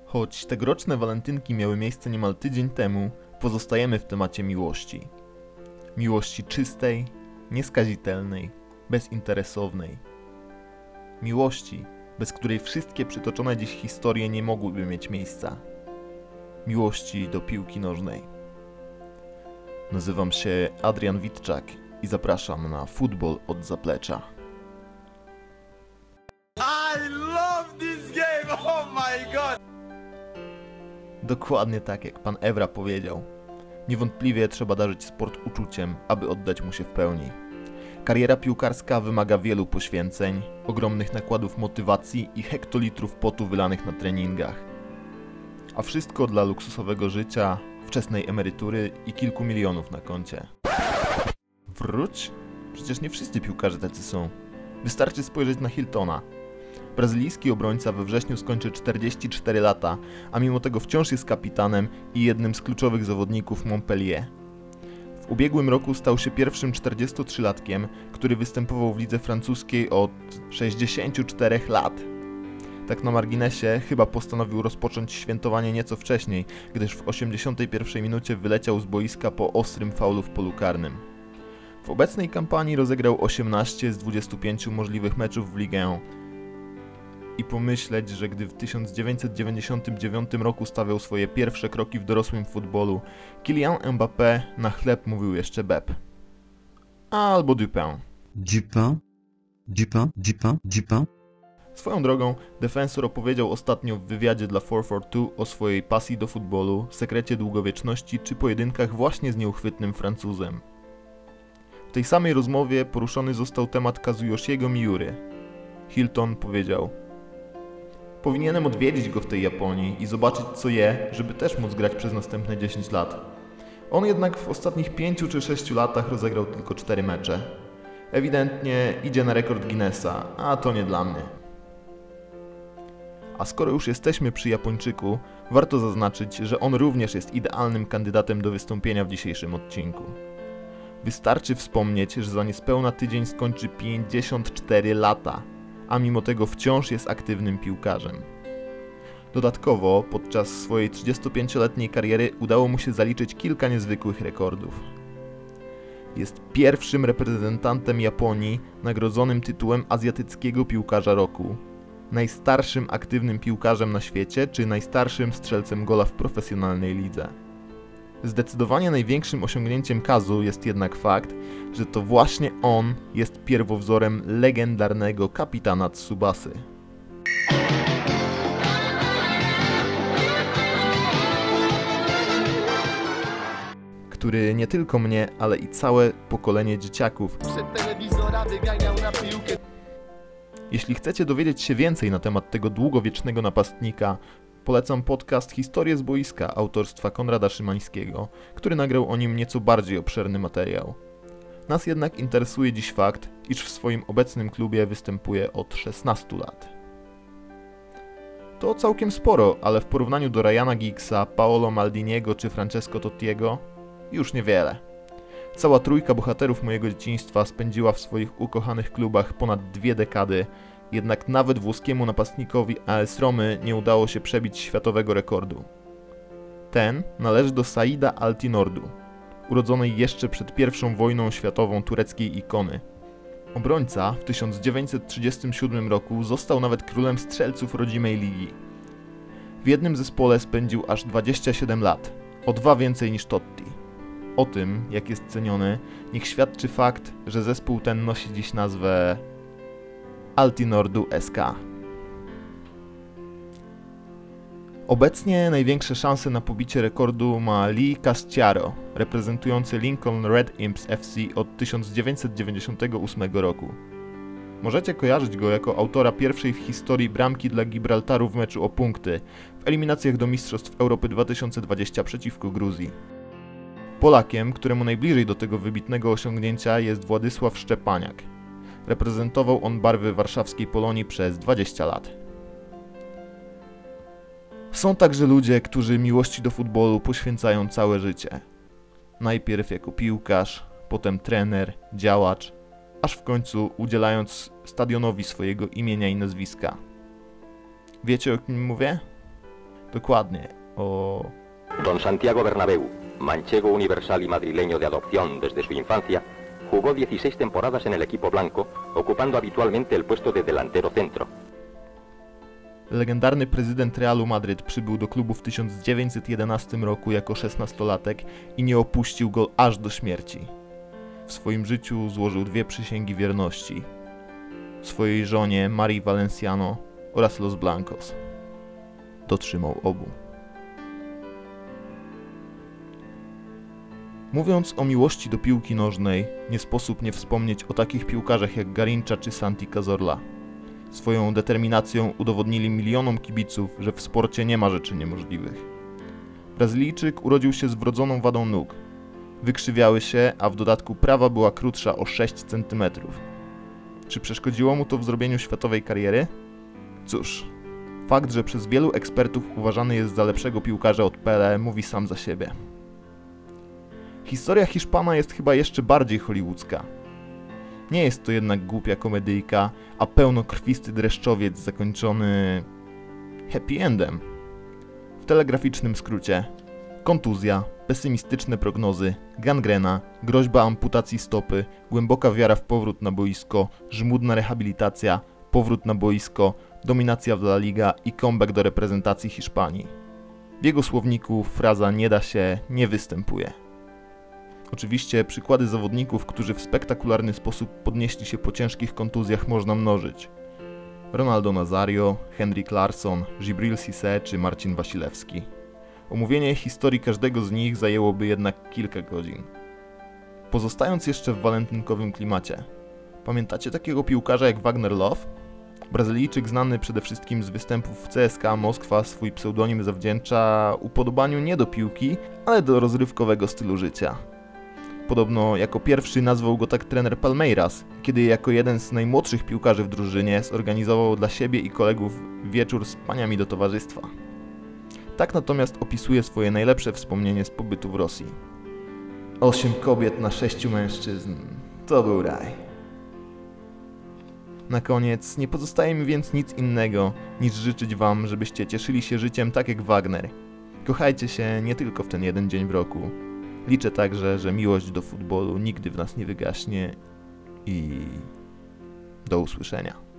Choć tegoroczne walentynki miały miejsce niemal tydzień temu, pozostajemy w temacie miłości. Miłości czystej, nieskazitelnej, bezinteresownej. Miłości, bez której wszystkie przytoczone dziś historie nie mogłyby mieć miejsca. Miłości do piłki nożnej. Nazywam się Adrian Witczak i zapraszam na Futbol od zaplecza. I love this game! Oh my god! Dokładnie tak jak pan Evra powiedział. Niewątpliwie trzeba darzyć sport uczuciem, aby oddać mu się w pełni. Kariera piłkarska wymaga wielu poświęceń, ogromnych nakładów motywacji i hektolitrów potu wylanych na treningach. A wszystko dla luksusowego życia, wczesnej emerytury i kilku milionów na koncie. Wróć? Przecież nie wszyscy piłkarze tacy są. Wystarczy spojrzeć na Hiltona. Brazylijski obrońca we wrześniu skończy 44 lata, a mimo tego wciąż jest kapitanem i jednym z kluczowych zawodników Montpellier. W ubiegłym roku stał się pierwszym 43-latkiem, który występował w lidze francuskiej od 64 lat. Tak na marginesie, chyba postanowił rozpocząć świętowanie nieco wcześniej, gdyż w 81 minucie wyleciał z boiska po ostrym faulu w polu karnym. W obecnej kampanii rozegrał 18 z 25 możliwych meczów w Ligue 1. I pomyśleć, że gdy w 1999 roku stawiał swoje pierwsze kroki w dorosłym futbolu, Kylian Mbappé na chleb mówił jeszcze Bep. Albo Dupin. Dupin. Swoją drogą, defensor opowiedział ostatnio w wywiadzie dla 442 o swojej pasji do futbolu, sekrecie długowieczności czy pojedynkach właśnie z nieuchwytnym Francuzem. W tej samej rozmowie poruszony został temat Kazuyoshiego Miury. Hilton powiedział: powinienem odwiedzić go w tej Japonii i zobaczyć co je, żeby też móc grać przez następne 10 lat. On jednak w ostatnich 5 czy 6 latach rozegrał tylko 4 mecze. Ewidentnie idzie na rekord Guinnessa, a to nie dla mnie. A skoro już jesteśmy przy Japończyku, warto zaznaczyć, że on również jest idealnym kandydatem do wystąpienia w dzisiejszym odcinku. Wystarczy wspomnieć, że za niespełna tydzień skończy 54 lata, a mimo tego wciąż jest aktywnym piłkarzem. Dodatkowo, podczas swojej 35-letniej kariery udało mu się zaliczyć kilka niezwykłych rekordów. Jest pierwszym reprezentantem Japonii nagrodzonym tytułem azjatyckiego piłkarza roku, najstarszym aktywnym piłkarzem na świecie czy najstarszym strzelcem gola w profesjonalnej lidze. Zdecydowanie największym osiągnięciem Kazu jest jednak fakt, że to właśnie on jest pierwowzorem legendarnego kapitana Tsubasy. Który nie tylko mnie, ale i całe pokolenie dzieciaków. Jeśli chcecie dowiedzieć się więcej na temat tego długowiecznego napastnika, polecam podcast Historie z boiska autorstwa Konrada Szymańskiego, który nagrał o nim nieco bardziej obszerny materiał. Nas jednak interesuje dziś fakt, iż w swoim obecnym klubie występuje od 16 lat. To całkiem sporo, ale w porównaniu do Ryana Giggsa, Paolo Maldiniego czy Francesco Tottiego już niewiele. Cała trójka bohaterów mojego dzieciństwa spędziła w swoich ukochanych klubach ponad 2 dekady, jednak nawet włoskiemu napastnikowi AS Romy nie udało się przebić światowego rekordu. Ten należy do Saida Altinordu, urodzonej jeszcze przed I wojną światową tureckiej ikony. Obrońca w 1937 roku został nawet królem strzelców rodzimej ligi. W jednym zespole spędził aż 27 lat, o 2 więcej niż Totti. O tym, jak jest ceniony, niech świadczy fakt, że zespół ten nosi dziś nazwę Altinordu SK. Obecnie największe szanse na pobicie rekordu ma Lee Casciaro, reprezentujący Lincoln Red Imps FC od 1998 roku. Możecie kojarzyć go jako autora pierwszej w historii bramki dla Gibraltaru w meczu o punkty w eliminacjach do Mistrzostw Europy 2020 przeciwko Gruzji. Polakiem, któremu najbliżej do tego wybitnego osiągnięcia jest Władysław Szczepaniak. Reprezentował on barwy warszawskiej Polonii przez 20 lat. Są także ludzie, którzy miłości do futbolu poświęcają całe życie. Najpierw jako piłkarz, potem trener, działacz, aż w końcu udzielając stadionowi swojego imienia i nazwiska. Wiecie, o kim mówię? Dokładnie, o... Don Santiago Bernabéu, manchego universal y madrileño de adopción desde su infancia, jugó 16 temporadas en el equipo blanco, ocupando habitualmente el puesto de delantero centro. Legendarny prezydent Realu Madryt przybył do klubu w 1911 roku jako 16-latek i nie opuścił go aż do śmierci. W swoim życiu złożył 2 przysięgi wierności. Swojej żonie Marii Valenciano oraz Los Blancos. Dotrzymał obu. Mówiąc o miłości do piłki nożnej, nie sposób nie wspomnieć o takich piłkarzach jak Garrincha czy Santi Cazorla. Swoją determinacją udowodnili milionom kibiców, że w sporcie nie ma rzeczy niemożliwych. Brazylijczyk urodził się z wrodzoną wadą nóg. Wykrzywiały się, a w dodatku prawa była krótsza o 6 cm. Czy przeszkodziło mu to w zrobieniu światowej kariery? Cóż, fakt, że przez wielu ekspertów uważany jest za lepszego piłkarza od Pelé, mówi sam za siebie. Historia Hiszpana jest chyba jeszcze bardziej hollywoodzka. Nie jest to jednak głupia komedyjka, a pełnokrwisty dreszczowiec zakończony happy endem. W telegraficznym skrócie: kontuzja, pesymistyczne prognozy, gangrena, groźba amputacji stopy, głęboka wiara w powrót na boisko, żmudna rehabilitacja, powrót na boisko, dominacja w La Liga i comeback do reprezentacji Hiszpanii. W jego słowniku fraza "nie da się" nie występuje. Oczywiście przykłady zawodników, którzy w spektakularny sposób podnieśli się po ciężkich kontuzjach, można mnożyć. Ronaldo Nazario, Henrik Larsson, Djibril Cissé czy Marcin Wasilewski. Omówienie historii każdego z nich zajęłoby jednak kilka godzin. Pozostając jeszcze w walentynkowym klimacie, pamiętacie takiego piłkarza jak Wagner Love? Brazylijczyk znany przede wszystkim z występów w CSKA Moskwa swój pseudonim zawdzięcza upodobaniu nie do piłki, ale do rozrywkowego stylu życia. Podobno jako pierwszy nazwał go tak trener Palmeiras, kiedy jako jeden z najmłodszych piłkarzy w drużynie zorganizował dla siebie i kolegów wieczór z paniami do towarzystwa. Tak natomiast opisuje swoje najlepsze wspomnienie z pobytu w Rosji. 8 kobiet na 6 mężczyzn. To był raj. Na koniec nie pozostaje mi więc nic innego, niż życzyć wam, żebyście cieszyli się życiem tak jak Wagner. Kochajcie się nie tylko w ten jeden dzień w roku. Liczę także, że miłość do futbolu nigdy w nas nie wygaśnie i do usłyszenia.